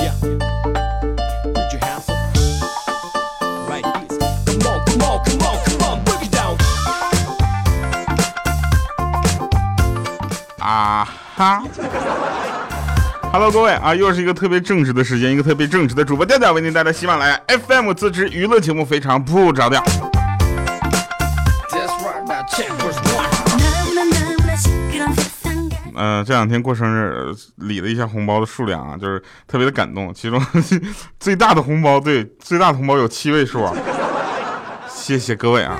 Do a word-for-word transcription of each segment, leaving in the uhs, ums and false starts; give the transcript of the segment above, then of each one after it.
啊哈 ，Hello 各位啊，又是一个特别正直的时间，一个特别正直的主播调调为您带来喜马拉雅 F M 自制娱乐节目，非常不着调。呃，这两天过生日，理了一下红包的数量啊，就是特别的感动。其中最大的红包，对，最大的红包有七位数啊，谢谢各位啊！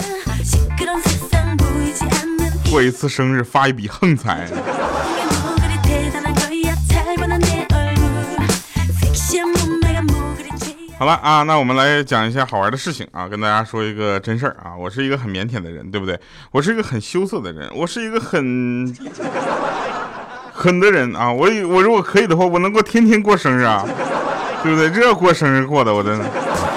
过一次生日发一笔横财。好了啊，那我们来讲一下好玩的事情啊，跟大家说一个真事儿啊。我是一个很腼腆的人，对不对？我是一个很羞涩的人，我是一个很狠的人啊。我我如果可以的话，我能够天天过生日啊，对不对？这过生日过的，我真的。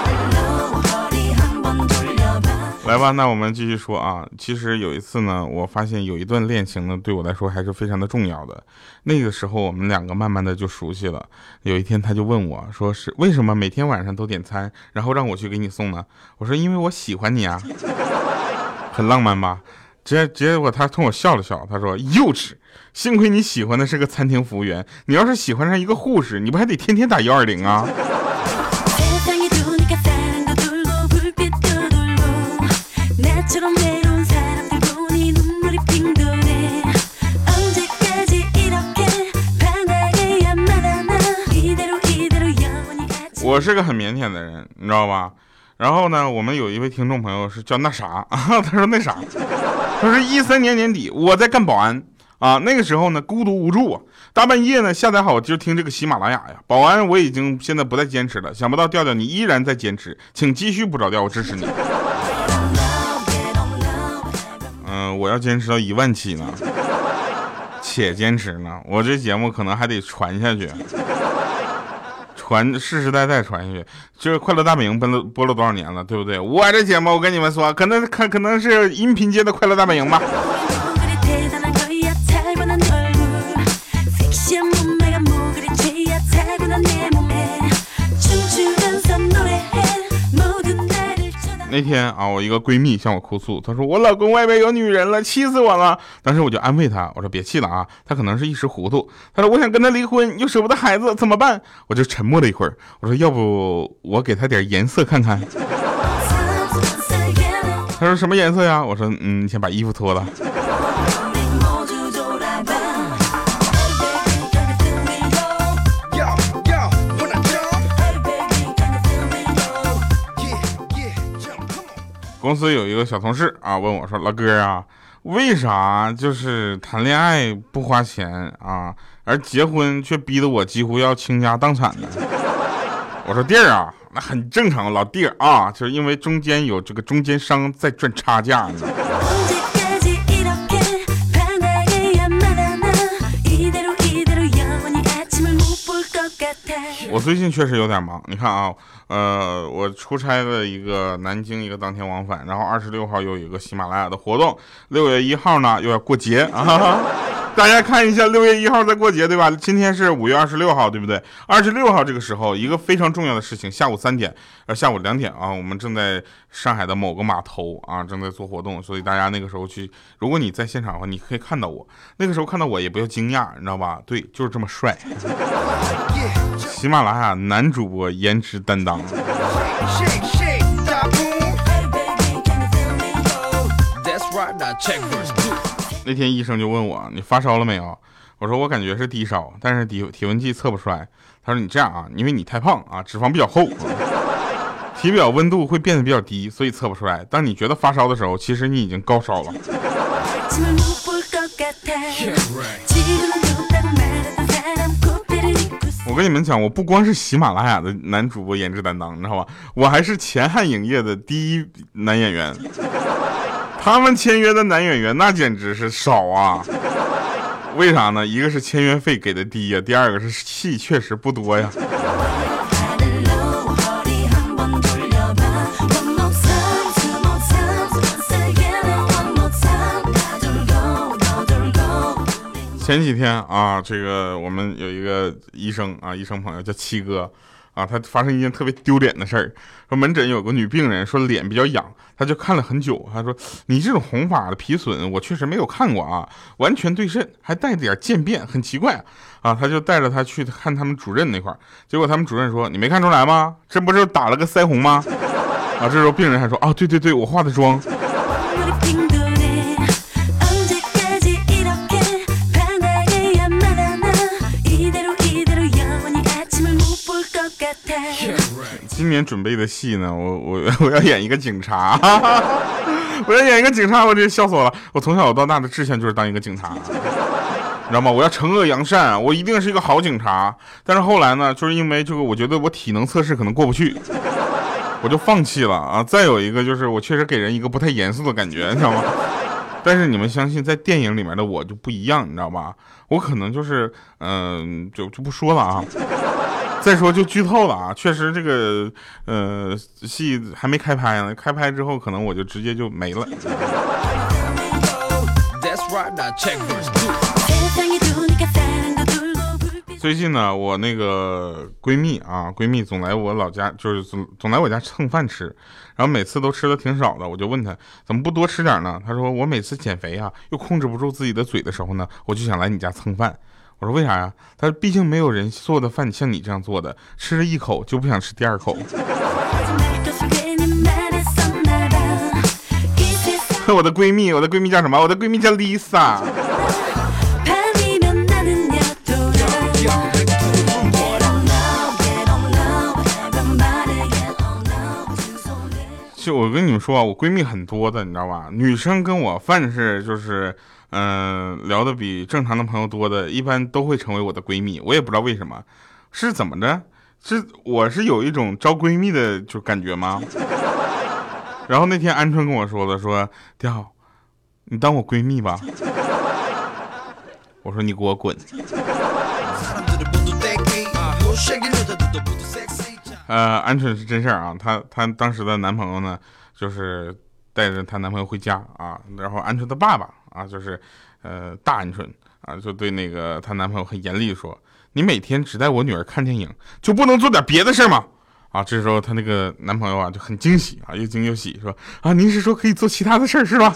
来吧，那我们继续说啊。其实有一次呢，我发现有一段恋情呢，对我来说还是非常的重要的。那个时候我们两个慢慢的就熟悉了。有一天他就问我说，是为什么每天晚上都点餐，然后让我去给你送呢？我说因为我喜欢你啊。很浪漫吧？结结果他冲我笑了笑，他说幼稚，幸亏你喜欢的是个餐厅服务员，你要是喜欢上一个护士，你不还得天天打幺二零啊？我是个很腼腆的人，你知道吧？然后呢，我们有一位听众朋友是叫那啥啊，他说那啥，他说一三年年底我在干保安啊，那个时候呢孤独无助啊，大半夜呢下载好就听这个喜马拉雅呀。保安我已经现在不再坚持了，想不到调调你依然在坚持，请继续不着调，我支持你。嗯、呃，我要坚持到一万期呢，且坚持呢，我这节目可能还得传下去。传世世代代传下去，就是快乐大本营播了播了多少年了，对不对？我这节目我跟你们说，可能可可能是音频界的快乐大本营吧。那天啊，我一个闺蜜向我哭诉，她说我老公外面有女人了，气死我了。当时我就安慰她，我说别气了啊，她可能是一时糊涂。她说我想跟他离婚，又舍不得孩子，怎么办？我就沉默了一会儿，我说要不我给她点颜色看看。她说什么颜色呀？我说嗯，你先把衣服脱了。公司有一个小同事啊，问我说：“老哥啊，为啥就是谈恋爱不花钱啊，而结婚却逼得我几乎要倾家荡产呢？”我说：“弟儿啊，那很正常，老弟儿啊，就是因为中间有这个中间商在赚差价呢。”我最近确实有点忙，你看啊，呃，我出差了一个南京，一个当天往返，然后二十六号又有一个喜马拉雅的活动，六月一号呢又要过节啊，大家看一下，六月一号在过节，对吧？今天是五月二十六号，对不对？二十六号这个时候，一个非常重要的事情，下午三点，呃，下午两点啊，我们正在上海的某个码头啊，正在做活动，所以大家那个时候去，如果你在现场的话，你可以看到我，那个时候看到我也不要惊讶，你知道吧？对，就是这么帅。喜马拉雅男主播颜值担当。那天医生就问我，你发烧了没有？我说我感觉是低烧，但是体体温计测不出来。他说你这样啊，因为你太胖啊，脂肪比较厚，体表温度会变得比较低，所以测不出来。当你觉得发烧的时候，其实你已经高烧了。我跟你们讲，我不光是喜马拉雅的男主播颜值担当，你知道吧？我还是前汉影业的第一男演员。他们签约的男演员那简直是少啊！为啥呢？一个是签约费给的低呀，第二个是戏确实不多呀。前前几天啊，这个我们有一个医生啊，医生朋友叫七哥啊，他发生一件特别丢脸的事儿，说门诊有个女病人说脸比较痒，他就看了很久，他说你这种红发的皮损我确实没有看过啊，完全对称，还带点渐变，很奇怪啊，他就带着他去看他们主任那块儿，结果他们主任说你没看出来吗？这不是打了个腮红吗？啊，这时候病人还说啊，对对对，我化的妆。今年准备的戏呢，我我我要演一个警察，我要演一个警察，我这笑死我了。我从小到大的志向就是当一个警察，你知道吗？我要惩恶扬善，我一定是一个好警察。但是后来呢，就是因为这个，我觉得我体能测试可能过不去，我就放弃了啊。再有一个就是，我确实给人一个不太严肃的感觉，你知道吗？但是你们相信，在电影里面的我就不一样，你知道吧？我可能就是，嗯、呃，就就不说了啊。再说就剧透了啊！确实这个呃戏还没开拍呢，开拍之后可能我就直接就没了。最近呢，我那个闺蜜啊，闺蜜总来我老家，就是总总来我家蹭饭吃，然后每次都吃的挺少的，我就问她怎么不多吃点呢？她说我每次减肥啊，又控制不住自己的嘴的时候呢，我就想来你家蹭饭。我说为啥呀？他说毕竟没有人做的饭像你这样做的，吃了一口就不想吃第二口。我的闺蜜，我的闺蜜叫什么？我的闺蜜叫 Lisa。就我跟你们说啊，我闺蜜很多的，你知道吧？女生跟我凡是就是。嗯、呃，聊的比正常的朋友多的，一般都会成为我的闺蜜。我也不知道为什么，是怎么着？是我是有一种招闺蜜的就感觉吗？然后那天鹌鹑跟我说的，说调，你当我闺蜜吧。我说你给我滚。呃，鹌鹑是真事儿啊，她她当时的男朋友呢，就是带着她男朋友回家啊，然后鹌鹑的爸爸。啊，就是，呃，大鹌鹑啊，就对那个她男朋友很严厉说：“你每天只带我女儿看电影，就不能做点别的事吗？”啊，这时候她那个男朋友啊就很惊喜啊，又惊又喜，说：“啊，您是说可以做其他的事儿是吧？”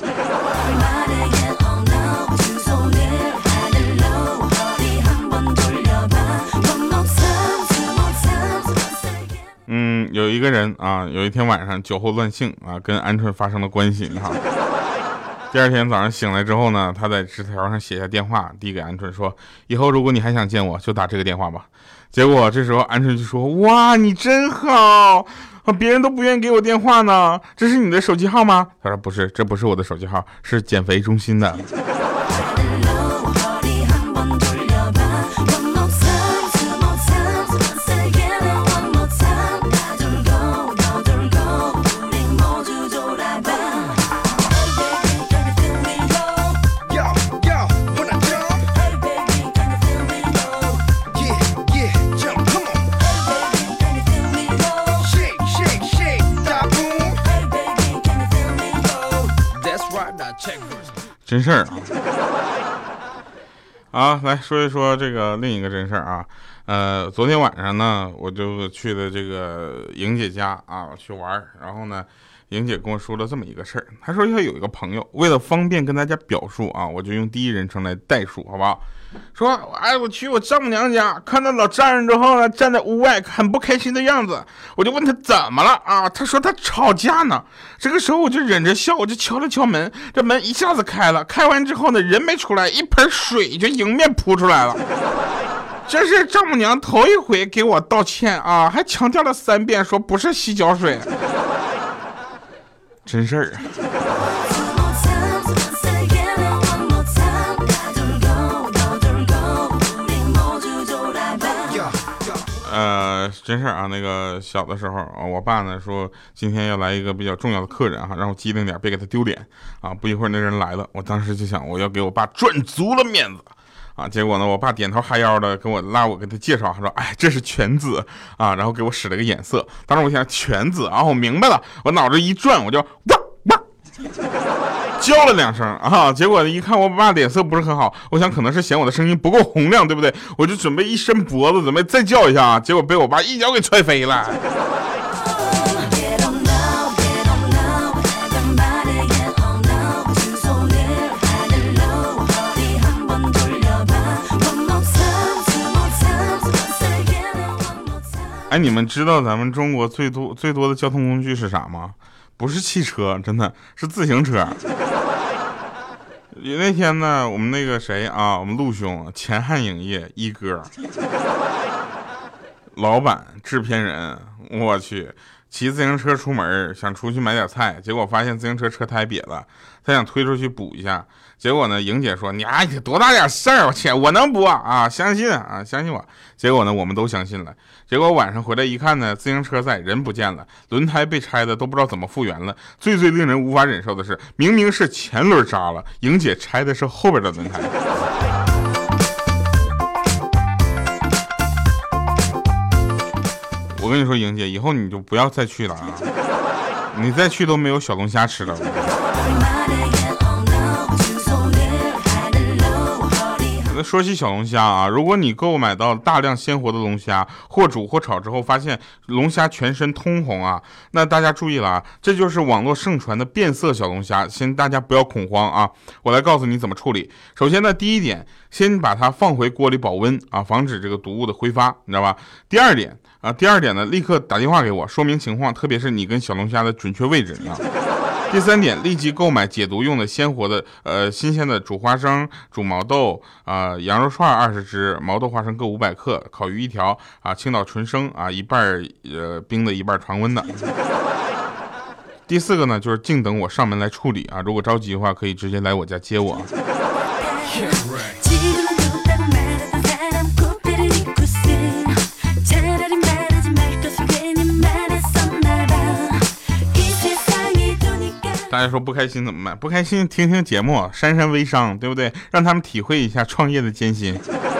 嗯，有一个人啊，有一天晚上酒后乱性啊，跟鹌鹑发生了关系哈。第二天早上醒来之后呢，他在纸条上写下电话，递给鹌鹑说：“以后如果你还想见我，就打这个电话吧。”结果这时候鹌鹑就说：“哇，你真好啊，别人都不愿意给我电话呢。这是你的手机号吗？”他说：“不是，这不是我的手机号，是减肥中心的。”真事儿啊！啊，来说一说这个另一个真事儿啊。呃，昨天晚上呢，我就去的这个莹姐家啊去玩，然后呢，莹姐跟我说了这么一个事儿。她说她有一个朋友，为了方便跟大家表述啊，我就用第一人称来代述，好不好？说，哎，我去我丈母娘家，看到老丈人之后呢，站在屋外很不开心的样子，我就问他怎么了啊？他说他吵架呢。这个时候我就忍着笑，我就敲了敲门，这门一下子开了，开完之后呢，人没出来，一盆水就迎面扑出来了。这是丈母娘头一回给我道歉啊，还强调了三遍，说不是洗脚水。真事儿。呃，真事儿啊，那个小的时候啊，我爸呢说今天要来一个比较重要的客人哈，让我机灵点，别给他丢脸啊。不一会儿那人来了，我当时就想我要给我爸赚足了面子啊。结果呢，我爸点头哈腰的跟我拉我跟他介绍，他说哎这是犬子啊，然后给我使了个眼色。当时我想犬子啊，我明白了，我脑子一转我就哇哇。 叫了两声啊，结果一看我爸脸色不是很好，我想可能是嫌我的声音不够洪亮，对不对？我就准备一伸脖子，准备再叫一下啊，结果被我爸一脚给踹飞了。哎，你们知道咱们中国最多最多的交通工具是啥吗？不是汽车，真的是自行车。那天呢，我们那个谁啊，我们陆兄，前汉影业一哥，老板、制片人，我去，骑自行车出门，想出去买点菜，结果发现自行车车胎瘪了，他想推出去补一下，结果呢，莹姐说：“你哎，多大点事儿，我切，我能补啊，相信啊，相信我。”结果呢，我们都相信了。结果晚上回来一看呢，自行车在，人不见了，轮胎被拆的都不知道怎么复原了。最最令人无法忍受的是，明明是前轮扎了，莹姐拆的是后边的轮胎。我跟你说，莹姐，以后你就不要再去了啊！你再去都没有小龙虾吃了。说起小龙虾啊，如果你购买到大量鲜活的龙虾，或煮或炒之后发现龙虾全身通红啊，那大家注意了啊，这就是网络盛传的变色小龙虾，先大家不要恐慌啊，我来告诉你怎么处理。首先呢，第一点，先把它放回锅里保温啊，防止这个毒物的挥发，你知道吧？第二点啊，第二点呢，立刻打电话给我说明情况，特别是你跟小龙虾的准确位置啊。第三点，立即购买解毒用的鲜活的呃新鲜的煮花生、煮毛豆啊、呃、羊肉串二十只，毛豆花生各五百克，烤鱼一条啊，青岛纯生啊一半呃冰的，一半常温的。第四个呢，就是静等我上门来处理啊，如果着急的话，可以直接来我家接我。大家说不开心怎么办？不开心听听节目，删删微商，对不对？让他们体会一下创业的艰辛。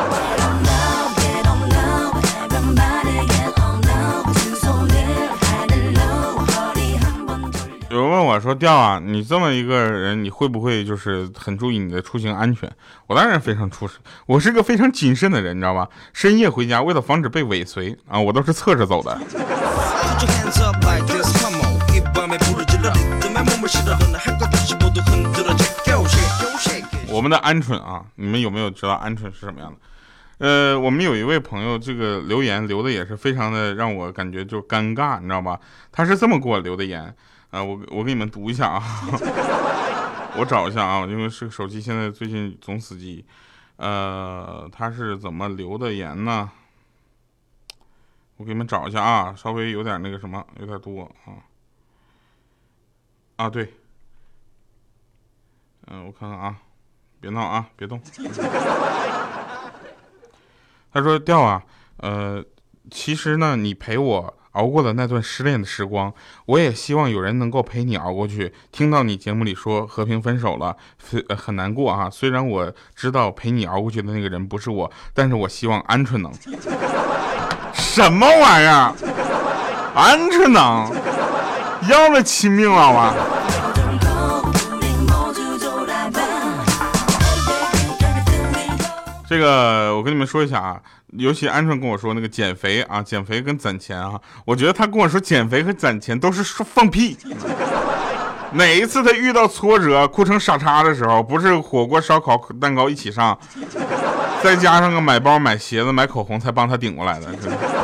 有人问我说：“调啊，你这么一个人，你会不会就是很注意你的出行安全？”我当然非常出，我是个非常谨慎的人，你知道吧？深夜回家，为了防止被尾随啊，我都是侧着走的。我们的鹌鹑啊，你们有没有知道鹌鹑是什么样的？呃，我们有一位朋友，这个留言留的也是非常的让我感觉就尴尬，你知道吧？他是这么给我留的言啊、呃，我我给你们读一下啊，我找一下啊，因为是手机现在最近总死机，呃，他是怎么留的言呢？我给你们找一下啊，稍微有点那个什么，有点多啊。啊，对，嗯、呃，我看看啊，别闹啊，别动。他说：“调啊，呃，其实呢，你陪我熬过了那段失恋的时光，我也希望有人能够陪你熬过去。听到你节目里说和平分手了，呃、很难过啊。虽然我知道陪你熬过去的那个人不是我，但是我希望鹌鹑能。什么玩意儿？鹌鹑能？要了亲命了啊！”这个我跟你们说一下啊，尤其鹌鹑跟我说那个减肥啊，减肥跟攒钱啊，我觉得他跟我说减肥和攒钱都是放屁。哪一次他遇到挫折哭成傻叉的时候，不是火锅烧烤蛋糕一起上，再加上个买包买鞋子买口红才帮他顶过来的。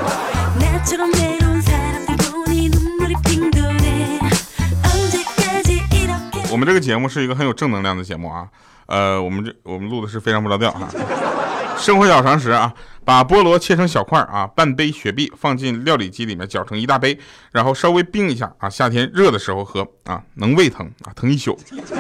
我们这个节目是一个很有正能量的节目啊，呃，我们这我们录的是非常不着调哈。生活小常识啊，把菠萝切成小块啊，半杯雪碧放进料理机里面搅成一大杯，然后稍微冰一下啊，夏天热的时候喝啊，能胃疼啊，疼一宿。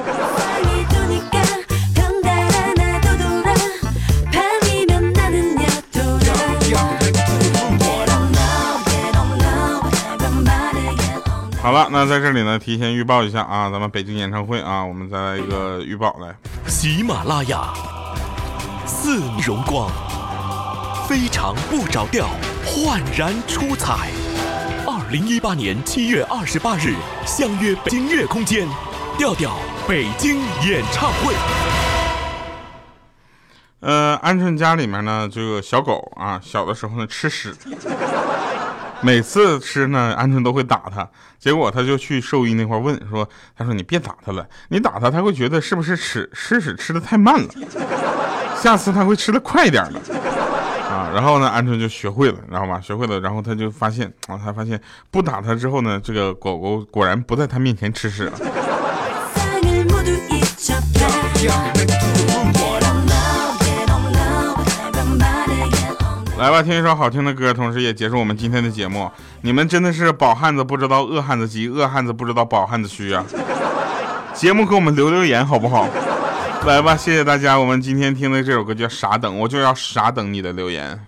好了，那在这里呢，提前预报一下啊，咱们北京演唱会啊，我们再来一个预报来。 喜马拉雅，四荣光，非常不着调，焕然出彩。二零一八年七月二十八日，相约北京乐空间，调调北京演唱会。 呃，鹌鹑家里面呢，这个小狗啊，小的时候呢吃屎，每次吃呢，鹌鹑都会打它。结果他就去兽医那块问说，他说你别打它了，你打它，它会觉得是不是吃吃屎吃的太慢了，下次它会吃的快一点的啊。然后呢，鹌鹑就学会了，知道吧？学会了，然后他就发现啊，他发现不打它之后呢，这个狗狗果然不在他面前吃屎了。来吧，听一首好听的歌，同时也结束我们今天的节目。你们真的是饱汉子不知道饿汉子饥，饿汉子不知道饱汉子虚啊！节目给我们留留言好不好？来吧，谢谢大家。我们今天听的这首歌叫《傻等》，我就要傻等你的留言。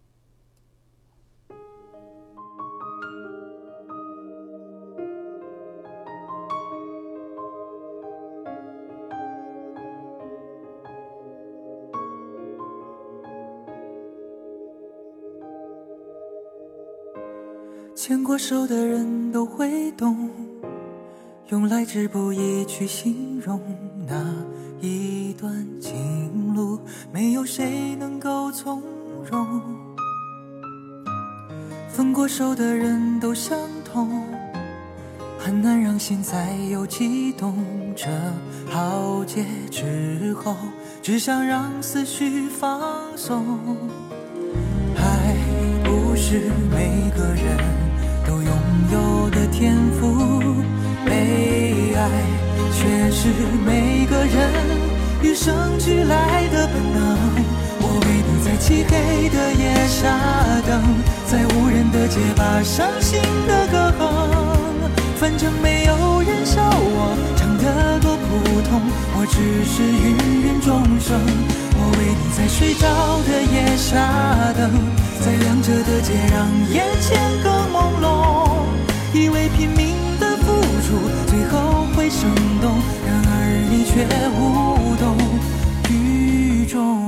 牵过手的人都会懂，用来之不易去形容那一段情路，没有谁能够从容。分过手的人都相同，很难让心再有悸动。这浩劫之后，只想让思绪放松。爱不是每个人都拥有的天赋，被爱却是每个人与生俱来的本能。我为你在漆黑的夜傻等，在无人的街把伤心的歌哼，反正没有人笑我唱得多普通，我只是芸芸众生。我为你在睡着的夜傻等，在亮着的街让眼前更朦胧，以为拼命的付出最后会生动，然而你却无动于衷。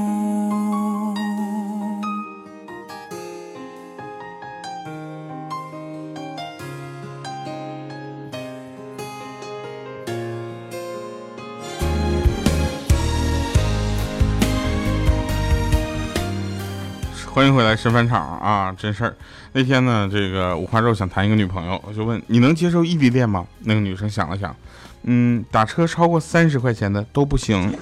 欢迎回来神返场啊！真事儿，那天呢，这个五花肉想谈一个女朋友，我就问你能接受异地恋吗？那个女生想了想，嗯，打车超过三十块钱的都不行。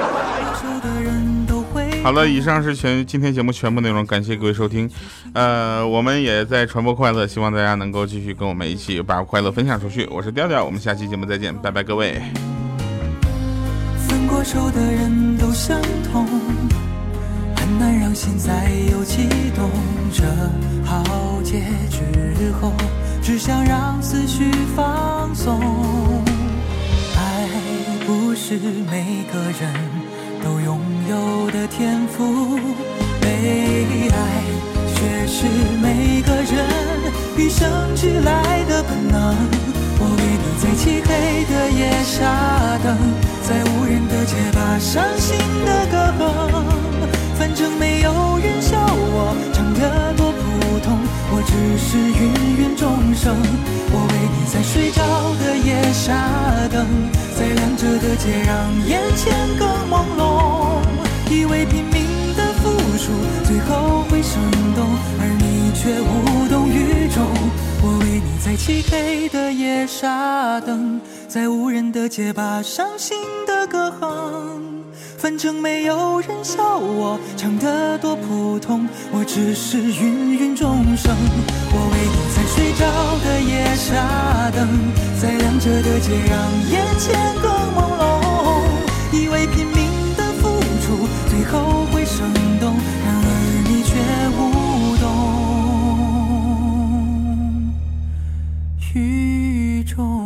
好了，以上是全今天节目全部内容，感谢各位收听。呃，我们也在传播快乐，希望大家能够继续跟我们一起把快乐分享出去。我是调调，我们下期节目再见，拜拜各位。 分过手的人都相同，很难让心再有悸动。这浩劫之后，只想让思绪放松。爱不是每个人都拥有的天赋，被爱却是每个人与生俱来的本能。我为你在漆黑的夜傻等，在无人的街把伤心的歌哼，反正没有人笑我唱得多普通，我只是芸芸众生。我为你在睡着的夜傻等，在亮着的街让眼前更朦胧，以为拼命的付出最后会生动，而你却无动于衷。我为你在漆黑的夜傻等，在无人的街把伤心的歌哼，反正没有人笑我唱得多普通，我只是芸芸众生。我为你在睡着的夜傻等，在亮着的街让眼前更朦胧，以为拼命的付出最后会生动，然而你却无动于衷。